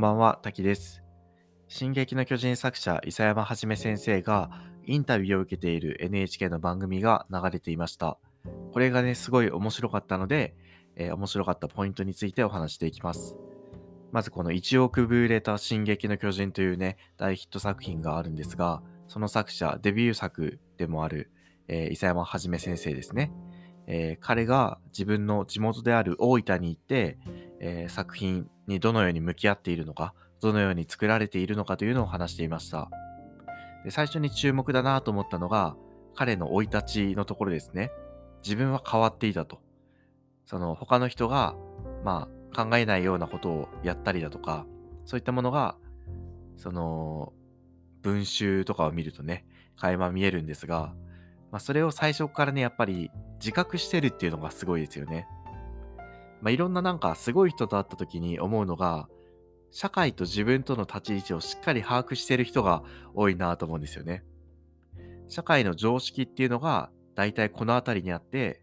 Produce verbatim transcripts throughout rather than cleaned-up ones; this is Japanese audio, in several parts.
ばんは、滝です。進撃の巨人作者、伊佐山はじめ先生がインタビューを受けている エヌエイチケー の番組が流れていました。これがね、すごい面白かったので、えー面白かったポイントについてお話していきます。まずこのいちおく部売れた進撃の巨人というね、大ヒット作品があるんですが、その作者、デビュー作でもある、えー伊佐山はじめ先生ですね。えー彼が自分の地元である大分に行って、えー作品にどのように向き合っているのか、どのように作られているのかというのを話していました。で、最初に注目だなと思ったのが、彼の生い立ちのところですね。自分は変わっていたと。その他の人が、まあ、考えないようなことをやったりだとか、そういったものが、その、文集とかを見るとね、垣間見えるんですが、まあ、それを最初からね、やっぱり自覚してるっていうのがすごいですよね。まあ、いろんななんかすごい人と会った時に思うのが、社会と自分との立ち位置をしっかり把握している人が多いなと思うんですよね。社会の常識っていうのが大体この辺りにあって、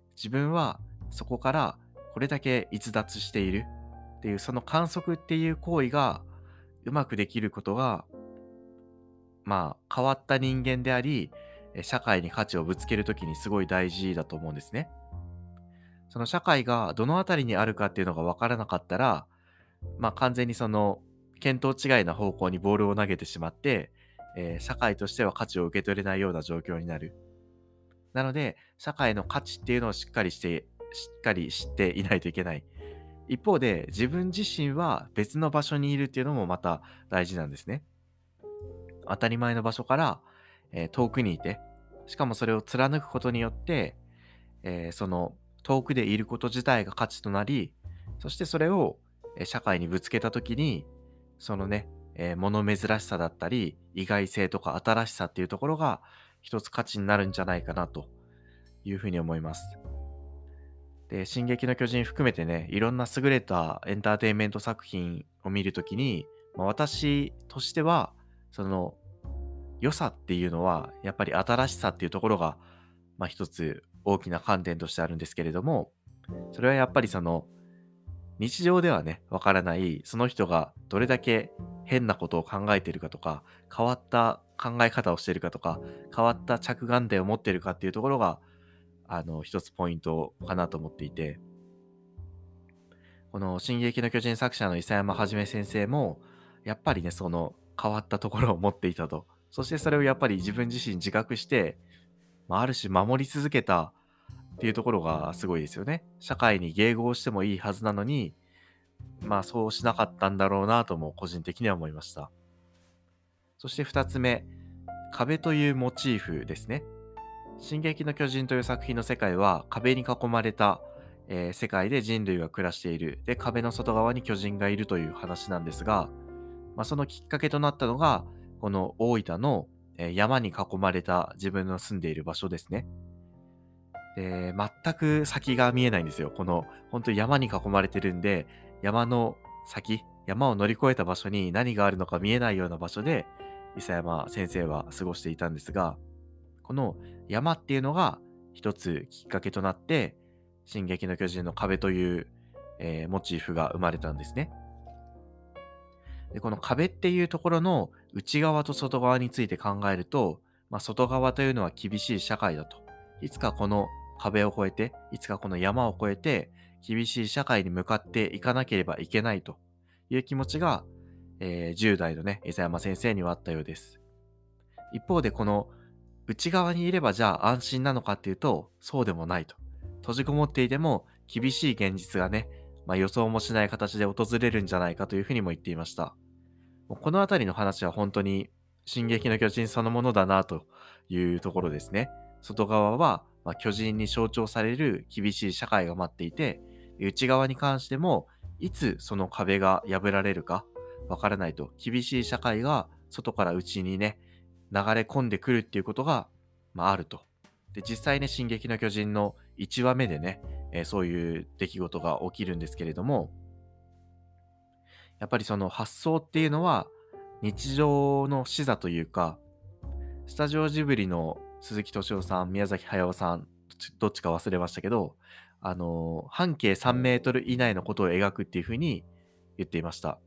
自分はそこからこれだけ逸脱しているっていう、その観測っていう行為がうまくできることが、まあ変わった人間であり、え社会に価値をぶつけるときにすごい大事だと思うんですね。その社会がどの辺りにあるかっていうのが分からなかったら、まあ、完全にその、見当違いな方向にボールを投げてしまって、えー社会としては価値を受け取れないような状況になる。なので、社会の価値っていうのをしっかりして、しっかり知っていないといけない。一方で、自分自身は別の場所にいるっていうのもまた大事なんですね。当たり前の場所から、えー遠くにいて、しかもそれを貫くことによって、えーその遠くでいること自体が価値となり、そしてそれをえー社会にぶつけたときに、そのね、えー物珍しさだったり、意外性とか新しさっていうところが一つ価値になるんじゃないかなというふうに思います。で、進撃の巨人含めてね、いろんな優れたエンターテインメント作品を見るときに、まあ、私としては、その良さっていうのは、やっぱり新しさっていうところが、まあ一つ大きな観点としてあるんですけれども、それはやっぱりその、日常ではね、わからない、その人がどれだけ変なことを考えているかとか、変わった考え方をしているかとか、変わった着眼点を持っているかっていうところが、あの、一つポイントかなと思っていて、この進撃の巨人作者の伊佐山はじめ先生も、やっぱりね、その変わったところを持っていたと。そしてそれをやっぱり自分自身自覚して、まあ、ある種守り続けたっていうところがすごいですよね。社会に迎合してもいいはずなのに、まあそうしなかったんだろうなとも個人的には思いました。そして二つ目、壁というモチーフですね。進撃の巨人という作品の世界は壁に囲まれた、えー世界で人類が暮らしている。で、壁の外側に巨人がいるという話なんですが、まあ、そのきっかけとなったのが、この大分の、えー山に囲まれた自分の住んでいる場所ですね。で、全く先が見えないんですよ。この、本当に山に囲まれてるんで、山の先、山を乗り越えた場所に何があるのか見えないような場所で、伊佐山先生は過ごしていたんですが、この山っていうのが一つきっかけとなって、進撃の巨人の壁という、えーモチーフが生まれたんですね。で、この壁っていうところの内側と外側について考えると、まあ、外側というのは厳しい社会だと。いつかこの壁を越えて、いつかこの山を越えて、厳しい社会に向かっていかなければいけないという気持ちが、えーじゅう代のね、伊佐山先生にはあったようです。一方でこの内側にいればじゃあ安心なのかっていうと、そうでもないと。閉じこもっていても厳しい現実がね、まあ、予想もしない形で訪れるんじゃないかというふうにも言っていました。もうこのあたりの話は本当に進撃の巨人そのものだなというところですね。外側は、まあ、巨人に象徴される厳しい社会が待っていて、内側に関してもいつその壁が破られるかわからないと。厳しい社会が外から内にね、流れ込んでくるっていうことが、まあ、あると。で、実際ね、進撃の巨人のいちわめでね、えーそういう出来事が起きるんですけれども、やっぱりその発想っていうのは日常の視座というか、スタジオジブリの鈴木敏夫さん、宮崎駿さん、どっちどっちか忘れましたけど、あの、半径さんメートル以内のことを描くっていう風に言っていました。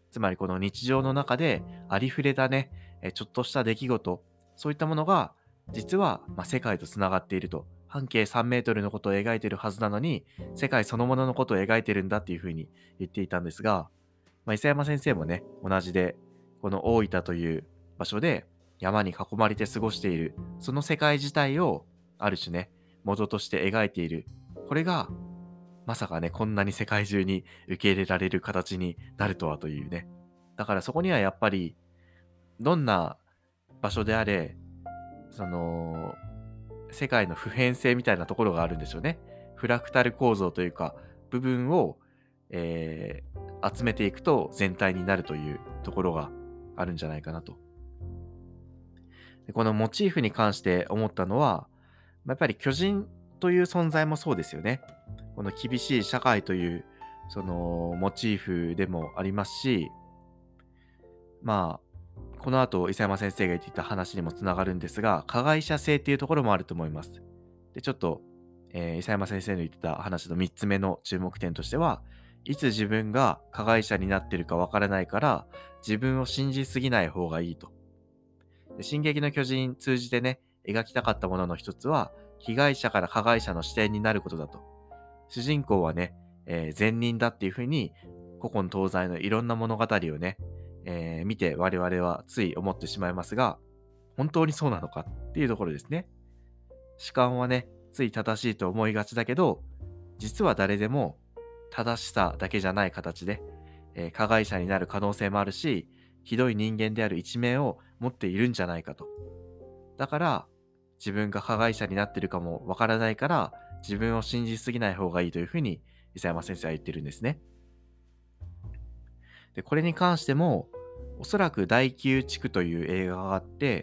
つまりこの日常の中でありふれたね、えちょっとした出来事、そういったものが実は、まあ、世界とつながっていると。半径さんメートルのことを描いているはずなのに、世界そのもののことを描いてるんだっていうふうに言っていたんですが、まあ、伊佐山先生もね、同じで、この大分という場所で山に囲まれて過ごしている、その世界自体をある種ね、元として描いている。これが、まさかね、こんなに世界中に受け入れられる形になるとはというね。だからそこにはやっぱり、どんな場所であれ、その、世界の普遍性みたいなところがあるんでしょうね。フラクタル構造というか、部分を、えー集めていくと全体になるというところがあるんじゃないかなと。でこのモチーフに関して思ったのは、まあやっぱり巨人という存在もそうですよね。この厳しい社会というそのモチーフでもありますし、まあ、この後、伊佐山先生が言っていた話にもつながるんですが、加害者性っていうところもあると思います。で、ちょっと、えー、伊佐山先生の言ってた話のみっつめの注目点としては、いつ自分が加害者になっているかわからないから、自分を信じすぎない方がいいと。で進撃の巨人通じてね、描きたかったものの一つは、被害者から加害者の視点になることだと。主人公はね、えー善人だっていうふうに、古今東西のいろんな物語をね、えー見て我々はつい思ってしまいますが、本当にそうなのかっていうところですね。主観はね、つい正しいと思いがちだけど、実は誰でも正しさだけじゃない形で、えー加害者になる可能性もあるし、ひどい人間である一面を持っているんじゃないかと。だから、自分が加害者になってるかもわからないから、自分を信じすぎない方がいいというふうに、伊佐山先生は言ってるんですね。で、これに関しても、おそらく第九地区という映画があって、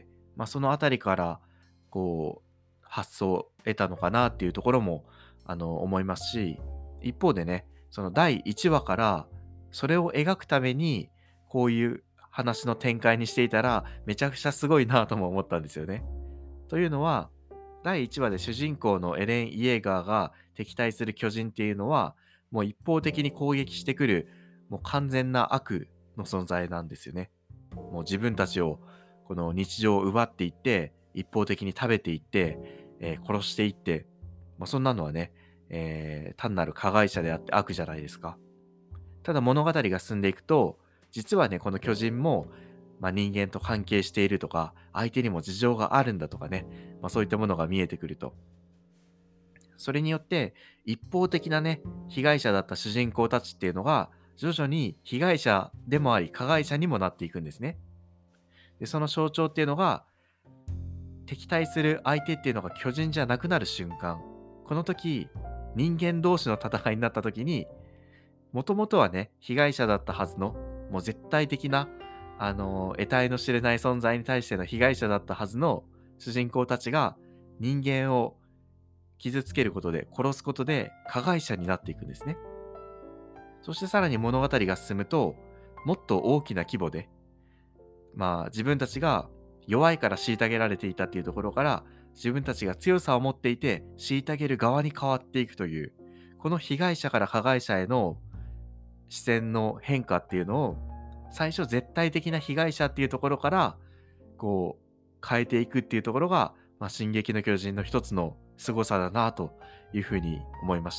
まあ、そのあたりから、こう、発想を得たのかなっていうところも、あの、思いますし、一方でね、そのだいいちわから、それを描くために、こういう話の展開にしていたら、めちゃくちゃすごいなとも思ったんですよね。というのは、だいいちわで主人公のエレン・イエーガーが敵対する巨人っていうのは、もう一方的に攻撃してくる、もう完全な悪の存在なんですよね。もう自分たちを、この日常を奪っていって、一方的に食べていって、えー殺していって、まあ、そんなのはね、えー単なる加害者であって悪じゃないですか。ただ物語が進んでいくと、実はね、この巨人も、まあ、人間と関係しているとか、相手にも事情があるんだとかね、まあ、そういったものが見えてくると。それによって、一方的なね、被害者だった主人公たちっていうのが、徐々に被害者でもあり、加害者にもなっていくんですね。で、その象徴っていうのが、敵対する相手っていうのが巨人じゃなくなる瞬間。この時、人間同士の戦いになった時に、もともとはね、被害者だったはずの、もう絶対的な、あの、得体の知れない存在に対しての被害者だったはずの主人公たちが、人間を傷つけることで、殺すことで、加害者になっていくんですね。そしてさらに物語が進むと、もっと大きな規模で、まあ自分たちが弱いから虐げられていたっていうところから、自分たちが強さを持っていて、虐げる側に変わっていくという、この被害者から加害者への視線の変化っていうのを、最初絶対的な被害者っていうところから、こう、変えていくっていうところが、まあ、進撃の巨人の一つの凄さだなというふうに思いました。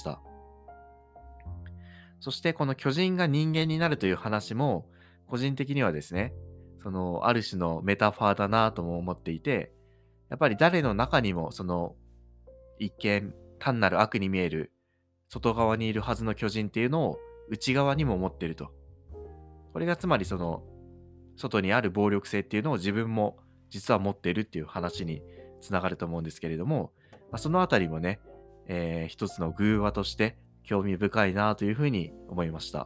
そしてこの巨人が人間になるという話も、個人的にはですね、その、ある種のメタファーだなとも思っていて、やっぱり誰の中にも、その、一見単なる悪に見える外側にいるはずの巨人っていうのを内側にも持っていると。これがつまりその、外にある暴力性っていうのを自分も実は持っているっていう話につながると思うんですけれども、まあ、そのあたりもね、えー一つの偶話として興味深いなというふうに思いました。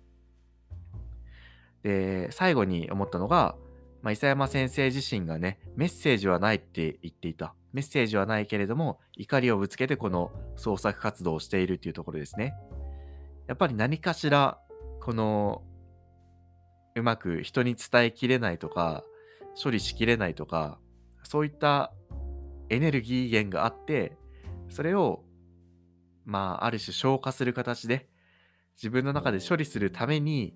で、最後に思ったのが、まあ、伊佐山先生自身がね、メッセージはないって言っていた。メッセージはないけれども、怒りをぶつけてこの創作活動をしているっていうところですね。やっぱり何かしら、この、うまく人に伝えきれないとか、処理しきれないとか、そういったエネルギー源があって、それを、まあ、ある種消化する形で、自分の中で処理するために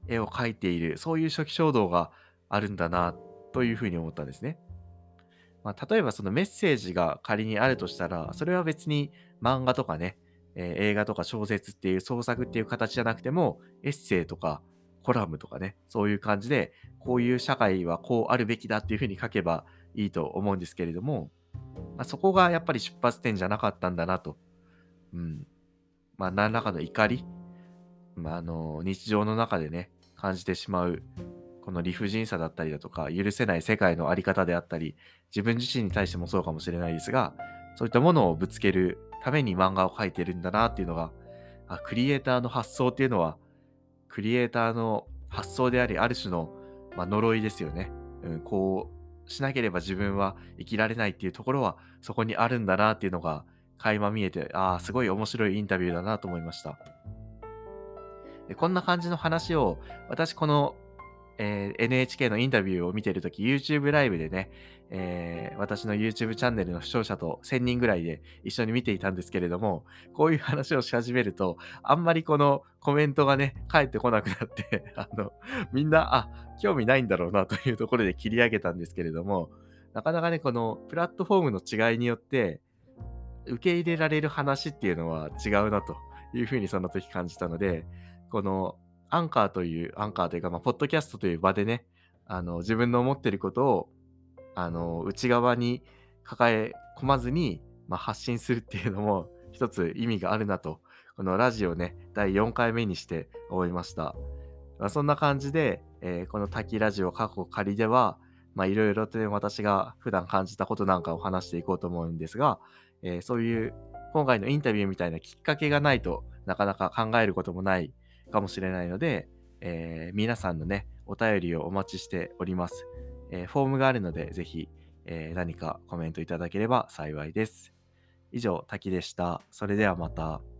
絵を描いている、そういう初期衝動があるんだなというふうに思ったんですね。まあ、例えばそのメッセージが仮にあるとしたら、それは別に漫画とかね、えー映画とか小説っていう創作っていう形じゃなくても、エッセイとかコラムとかね、そういう感じで、こういう社会はこうあるべきだっていうふうに書けばいいと思うんですけれども、まあ、そこがやっぱり出発点じゃなかったんだなと。うん。まあ、何らかの怒り、まあ、あの、日常の中でね、感じてしまう、この理不尽さだったりだとか、許せない世界のあり方であったり、自分自身に対してもそうかもしれないですが、そういったものをぶつけるために漫画を描いてるんだなっていうのが、あ、クリエイターの発想っていうのは、クリエイターの発想であり、ある種の、まあ、呪いですよね。うん、こうしなければ自分は生きられないっていうところは、そこにあるんだなっていうのが垣間見えて、ああ、すごい面白いインタビューだなと思いました。で、こんな感じの話を、私この、えー エヌエイチケー のインタビューを見てるとき、YouTube ライブでね、えー私の YouTube チャンネルの視聴者とせんにんぐらいで一緒に見ていたんですけれども、こういう話をし始めると、あんまりこのコメントがね、返ってこなくなって、あの、みんな、あ、興味ないんだろうなというところで切り上げたんですけれども、なかなかね、このプラットフォームの違いによって、受け入れられる話っていうのは違うなというふうにその時感じたので、このアンカーという、アンカーというか、まあ、ポッドキャストという場でね、あの、自分の思っていることを、あの、内側に抱え込まずに、まあ、発信するっていうのも一つ意味があるなと、このラジオね、だいよんかいめにして思いました。まあ、そんな感じで、えーこの滝ラジオ過去仮では、まあ、いろいろとね、私が普段感じたことなんかを話していこうと思うんですが、えーそういう今回のインタビューみたいなきっかけがないとなかなか考えることもないかもしれないので、えー皆さんのね、お便りをお待ちしております。えーフォームがあるので、ぜひ、えー何かコメントいただければ幸いです。以上、滝でした。それではまた。